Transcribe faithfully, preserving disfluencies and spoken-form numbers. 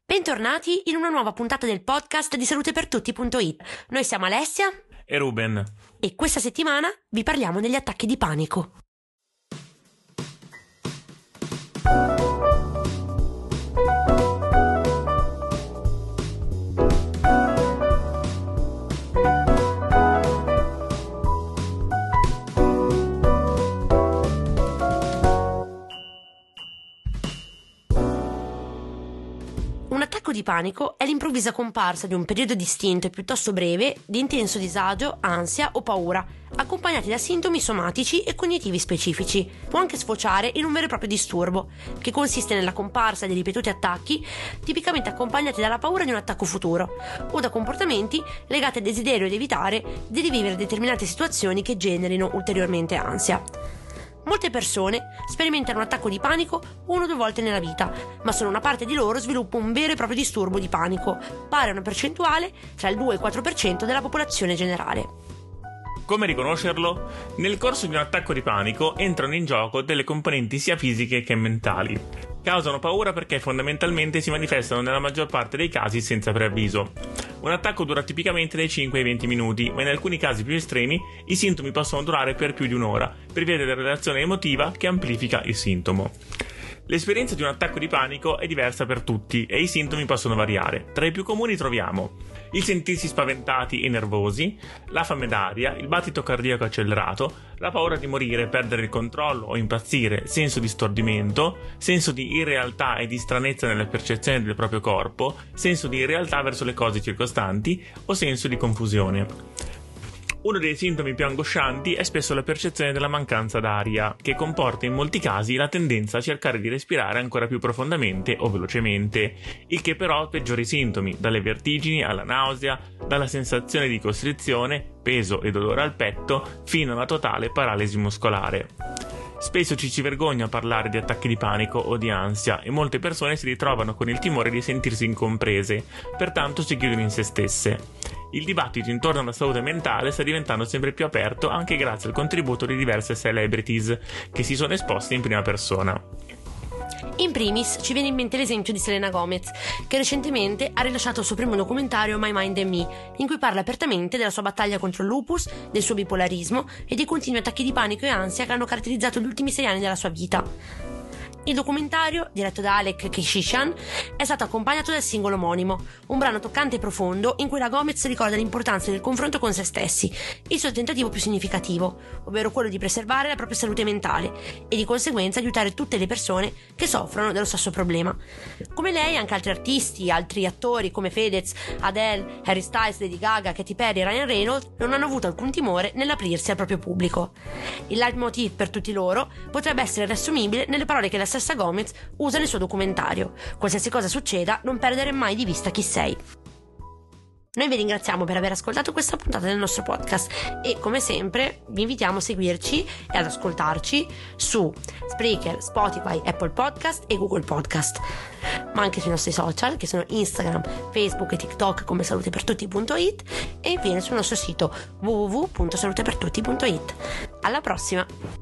Bentornati in una nuova puntata del podcast di salute per tutti punto it. Noi siamo Alessia e Ruben e questa settimana vi parliamo degli attacchi di panico. Un attacco di panico è l'improvvisa comparsa di un periodo distinto e piuttosto breve di intenso disagio, ansia o paura, accompagnati da sintomi somatici e cognitivi specifici. Può anche sfociare in un vero e proprio disturbo, che consiste nella comparsa di ripetuti attacchi, tipicamente accompagnati dalla paura di un attacco futuro, o da comportamenti legati al desiderio di evitare di rivivere determinate situazioni che generino ulteriormente ansia. Molte persone sperimentano un attacco di panico una o due volte nella vita, ma solo una parte di loro sviluppa un vero e proprio disturbo di panico, pari a una percentuale tra il due e il quattro per cento della popolazione generale. Come riconoscerlo? Nel corso di un attacco di panico entrano in gioco delle componenti sia fisiche che mentali. Causano paura perché fondamentalmente si manifestano nella maggior parte dei casi senza preavviso. Un attacco dura tipicamente dai cinque ai venti minuti, ma in alcuni casi più estremi i sintomi possono durare per più di un'ora, per via della relazione emotiva che amplifica il sintomo. L'esperienza di un attacco di panico è diversa per tutti e i sintomi possono variare. Tra i più comuni troviamo il sentirsi spaventati e nervosi, la fame d'aria, il battito cardiaco accelerato, la paura di morire, perdere il controllo o impazzire, senso di stordimento, senso di irrealtà e di stranezza nella percezione del proprio corpo, senso di irrealtà verso le cose circostanti o senso di confusione. Uno dei sintomi più angoscianti è spesso la percezione della mancanza d'aria, che comporta in molti casi la tendenza a cercare di respirare ancora più profondamente o velocemente, il che però peggiora i sintomi, dalle vertigini alla nausea, dalla sensazione di costrizione, peso e dolore al petto, fino alla totale paralisi muscolare. Spesso ci si vergogna a parlare di attacchi di panico o di ansia e molte persone si ritrovano con il timore di sentirsi incomprese, pertanto si chiudono in se stesse. Il dibattito intorno alla salute mentale sta diventando sempre più aperto anche grazie al contributo di diverse celebrities che si sono esposte in prima persona. In primis ci viene in mente l'esempio di Selena Gomez, che recentemente ha rilasciato il suo primo documentario My Mind and Me, in cui parla apertamente della sua battaglia contro il lupus, del suo bipolarismo e dei continui attacchi di panico e ansia che hanno caratterizzato gli ultimi sei anni della sua vita. Il documentario, diretto da Alec Keishishan, è stato accompagnato dal singolo omonimo, un brano toccante e profondo in cui la Gomez ricorda l'importanza del confronto con se stessi, il suo tentativo più significativo, ovvero quello di preservare la propria salute mentale e di conseguenza aiutare tutte le persone che soffrono dello stesso problema. Come lei, anche altri artisti, altri attori come Fedez, Adele, Harry Styles, Lady Gaga, Katy Perry e Ryan Reynolds non hanno avuto alcun timore nell'aprirsi al proprio pubblico. Il leitmotiv per tutti loro potrebbe essere riassumibile nelle parole che la stessa Gomez usa nel suo documentario: qualsiasi cosa succeda, non perdere mai di vista chi sei. Noi vi ringraziamo per aver ascoltato questa puntata del nostro podcast e, come sempre, vi invitiamo a seguirci e ad ascoltarci su Spreaker, Spotify, Apple Podcast e Google Podcast, ma anche sui nostri social che sono Instagram, Facebook e TikTok come salute per tutti punto it e infine sul nostro sito w w w punto salute per tutti punto it. Alla prossima!